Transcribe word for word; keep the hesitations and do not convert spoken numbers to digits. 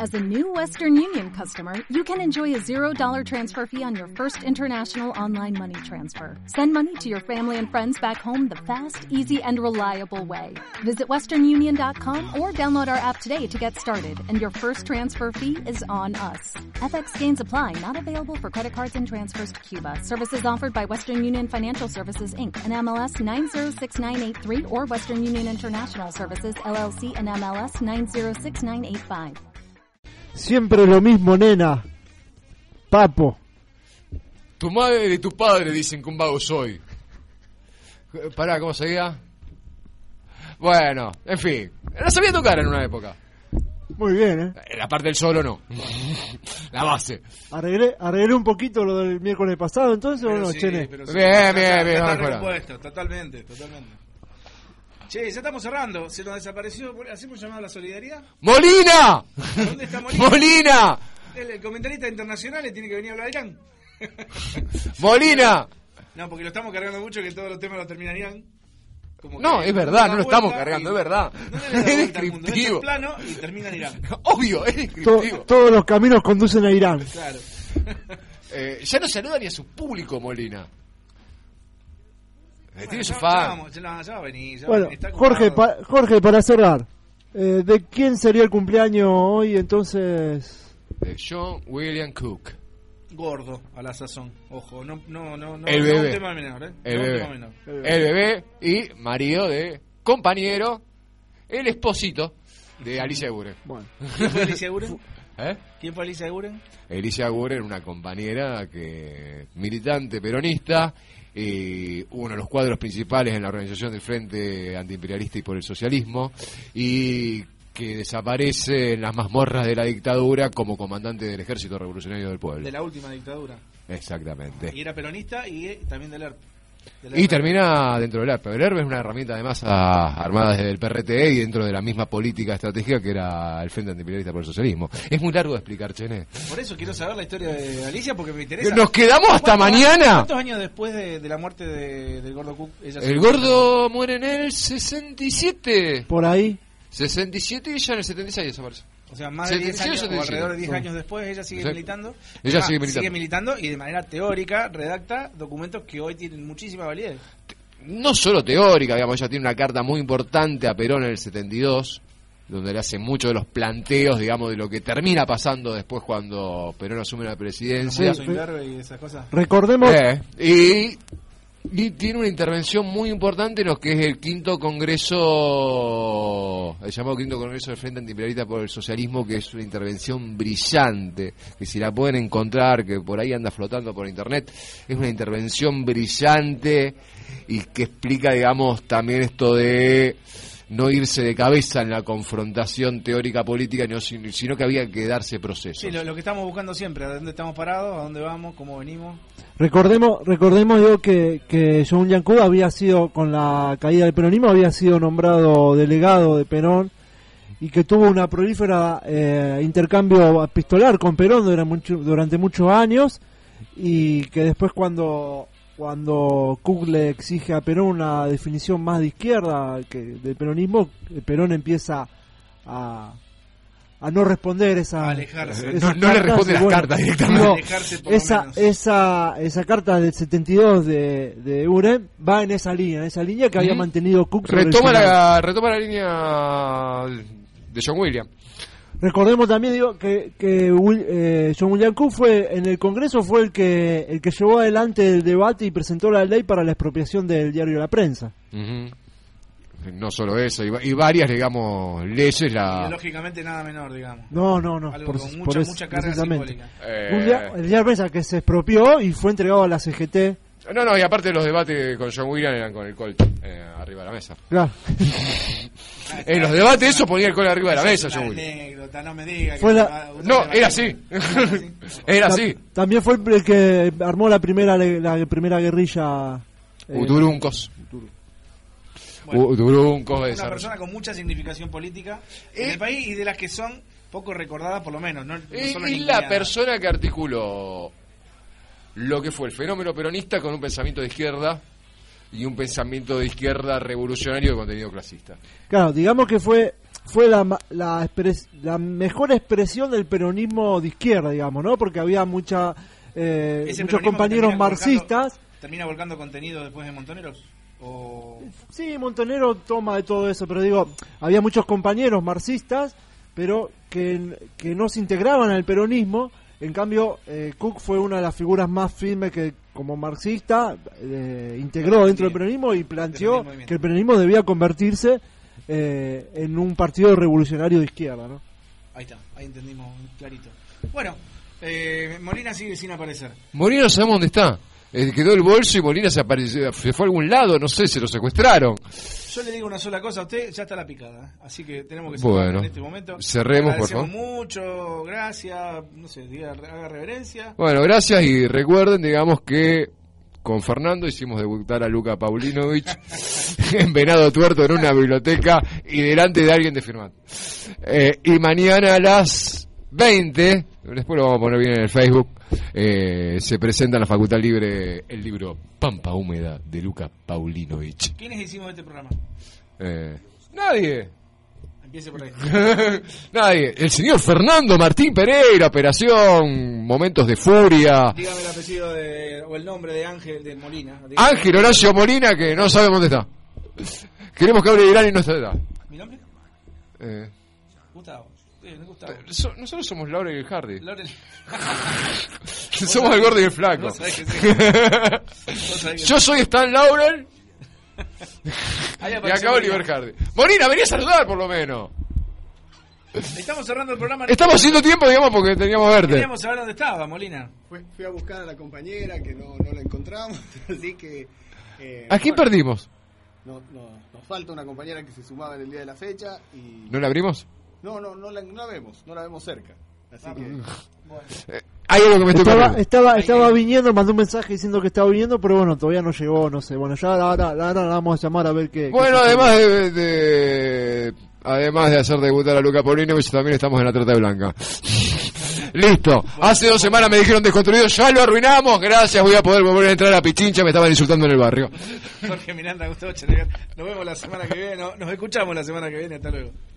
As a new Western Union customer, you can enjoy a zero dollar transfer fee on your first international online money transfer. Send money to your family and friends back home the fast, easy, and reliable way. Visit western union dot com or download our app today to get started, and your first transfer fee is on us. F X gains apply, not available for credit cards and transfers to Cuba. Services offered by Western Union Financial Services, Incorporated, and M L S nine zero six nine eight three or Western Union International Services, L L C, and M L S nine zero six nine eight five. Siempre lo mismo, nena. Papo. Tu madre y tu padre dicen que un vago soy. Pará, ¿cómo seguía? Bueno, en fin. La sabía tocar en una época. Muy bien, ¿eh? La parte del solo no. La base. Arreglé, arreglé un poquito lo del miércoles pasado, entonces, pero ¿o no, sí, Chene? Pero sí, bien, está, bien, está, bien. Está No, recompuesto, totalmente, totalmente. Che, ya estamos cerrando. Se nos desapareció. ¿Hacemos llamado a la solidaridad? ¡Molina! ¿Dónde está Molina? ¡Molina! El, el comentarista internacional le tiene que venir a hablar a Irán. ¡Molina! No, porque lo estamos cargando mucho, que todos los temas los terminarían. Como No, que es verdad, no lo estamos vuelta cargando, y- es verdad. No le da Es vuelta al mundo, descriptivo. es plano y termina en Irán. Obvio, es To- descriptivo. todos los caminos conducen a Irán. Claro. Eh, ya no saluda ni a su público, Molina. Eh, Tiene su ya, fan. ya vamos, ya, no, ya va a venir. Ya va a Bueno, venir, está Jorge, ocupado. pa- Jorge, para cerrar, eh, ¿de quién sería el cumpleaños hoy entonces? De John William Cook. Gordo a la sazón. Ojo, no, no, no, no, El no bebé. un tema menor, ¿eh? El no un bebé. tema menor. El bebé y marido de compañero, el esposito de Alicia Guren. Bueno, ¿Quién fue Alicia Guren? ¿Eh? ¿Quién fue Alicia Guren? Alicia Guren, una compañera que militante peronista y uno de los cuadros principales en la organización del Frente Antiimperialista y por el Socialismo, y que desaparece en las mazmorras de la dictadura como comandante del Ejército Revolucionario del Pueblo. De la última dictadura. Exactamente. Y era peronista y eh, también del E R P. Del Y E R P. termina dentro del E R P. El E R P es una herramienta de masa armada desde el P R T E y dentro de la misma política estratégica que era el Frente Antiimperialista por el Socialismo. Es muy largo de explicar, Chené. Por eso quiero saber la historia de Alicia porque me interesa. ¿Nos quedamos hasta ¿Cuántos mañana? años- ¿Cuántos años después de, de la muerte de, del gordo Cook? Ella se El murió? gordo muere en el sesenta y siete. por ahí. sesenta y siete y ella en el setenta y seis desaparece. O sea, más de diez setenta y años siete, o alrededor de diez setenta y siete. años después ella sigue Sí. militando. Ella Ah, sigue militando. Sigue militando y de manera teórica redacta documentos que hoy tienen muchísima validez. No solo teórica, digamos, ella tiene una carta muy importante a Perón en el setenta y dos, donde le hace muchos de los planteos, digamos, de lo que termina pasando después cuando Perón asume la presidencia. Como Imberbe y esas cosas. Recordemos, Eh, y, y tiene una intervención muy importante en lo que es el quinto congreso, el llamado quinto congreso del Frente Antiimperialista por el Socialismo, que es una intervención brillante, que si la pueden encontrar, que por ahí anda flotando por internet, es una intervención brillante y que explica, digamos, también esto de no irse de cabeza en la confrontación teórica política, no, sino que había que darse procesos. Sí, lo, lo que estamos buscando siempre, a dónde estamos parados, a dónde vamos, cómo venimos. recordemos, recordemos yo que, que John Yancourt había sido, con la caída del peronismo, había sido nombrado delegado de Perón y que tuvo una prolífera eh, intercambio epistolar con Perón durante, mucho, durante muchos años, y que después cuando cuando Cook le exige a Perón una definición más de izquierda que del peronismo, Perón empieza a a no responder esa, A alejarse. esas No- no le cartas, responde y las bueno, cartas directamente. digo, Alejarse por lo esa menos. esa esa carta del setenta y dos de de Uren va en esa línea, en esa línea que había Ujú. mantenido Cook sobre el Retoma Senado. la, retoma la línea de John William. Recordemos también, digo, que, que Will- eh, John William Cook fue en el Congreso fue el que el que llevó adelante el debate y presentó la ley para la expropiación del diario La Prensa. Ujú. No solo eso, y, va- y varias, digamos, leyes. La, Ideológicamente nada menor, digamos. No, no, no. Algo por, con por mucha, eso, mucha carga precisamente. simbólica. eh, Un dia- el diario La Prensa que se expropió y fue entregado a la C G T. no, no, y aparte los debates con John William eran con el Colt eh, arriba de la mesa. Claro. En los debates eso ponía el Colt arriba de la mesa, Es John una William. anécdota, no me diga. Fue que la- va- usted No, se va era a- así. ¿Así? Era Ta- así. También fue el que armó la primera le- la primera guerrilla. eh, Uturuncos. Bueno, Uturuncos de una desarrollo. persona con mucha significación política en Eh, el país y de las que son poco recordadas por lo menos. No, no Es solo es la ninguneadas. persona que articuló lo que fue el fenómeno peronista con un pensamiento de izquierda y un pensamiento de izquierda revolucionario de contenido clasista. Claro, digamos que fue fue la, la, expres, la mejor expresión del peronismo de izquierda, digamos, ¿no? Porque había mucha, eh, muchos compañeros termina marxistas. Volcando, ¿Termina volcando contenido después de Montoneros? O... Sí, Montonero toma de todo eso, pero digo, había muchos compañeros marxistas, pero que, que no se integraban al peronismo. En cambio, eh, Cook fue una de las figuras más firmes que, como marxista, eh, integró dentro del peronismo y planteó que el peronismo debía convertirse eh, en un partido revolucionario de izquierda, ¿no? Ahí está, ahí entendimos clarito. Bueno, eh, Molina sigue sin aparecer. Molina no sabemos dónde está. Eh, quedó el bolso y Molina se apareció, se fue a algún lado, no sé, se lo secuestraron. Yo le digo una sola cosa a usted, ya está la picada, así que tenemos que cerrar bueno, en este momento. Cerremos, por favor. Mucho, gracias, no sé, diga, haga reverencia. Bueno, gracias y recuerden, digamos que con Fernando hicimos debutar a Luka Paulinovich en Venado Tuerto en una biblioteca y delante de alguien de Firmat. Eh, y mañana a las veinte, después lo vamos a poner bien en el Facebook, eh, se presenta en la Facultad Libre el libro Pampa Húmeda de Luka Paulinovich. ¿Quiénes hicimos este programa? Eh, nadie. Empiece por ahí. Nadie. El señor Fernando Martín Pereira, Operación Momentos de Furia. Dígame el apellido de, o el nombre de Ángel de Molina. Dígame. Ángel Horacio Molina, que no sabemos dónde está. Queremos que hable de Irán y no está. ¿Mi nombre? Eh. Gustavo. Sí, Gustavo. Eh, so, nosotros somos Laura y el Hardy. Laurel. Somos el gordo y el flaco. Sí. Que Yo soy Stan Laurel. Y acá Oliver Hardy. Molina, venía a saludar por lo menos. Estamos cerrando el programa. Estamos haciendo tiempo, digamos, porque teníamos que verte. Queríamos saber dónde estaba, Molina. Fui, fui a buscar a la compañera que no, no la encontramos, así que... Eh, ¿A quién bueno, perdimos? No, no, nos falta una compañera que se sumaba en el día de la fecha y... ¿No la abrimos? No, no, no la, no la vemos, no la vemos cerca. Así que... Bueno. Eh, hay algo que me estoy estaba, perdiendo. estaba, estaba viniendo, mandó un mensaje diciendo que estaba viniendo, pero bueno, todavía no llegó, no sé. Bueno, ya ahora, ahora la vamos a llamar a ver qué... Bueno, qué además de, de... Además de hacer debutar a Luka Paulinovich, también estamos en la trata de blanca. Listo. Hace dos semanas me dijeron desconstruido, ya lo arruinamos. Gracias, voy a poder volver a entrar a Pichincha, me estaban insultando en el barrio. Jorge Miranda, Gustavo Chenegat. Nos vemos la semana que viene, nos escuchamos la semana que viene, hasta luego.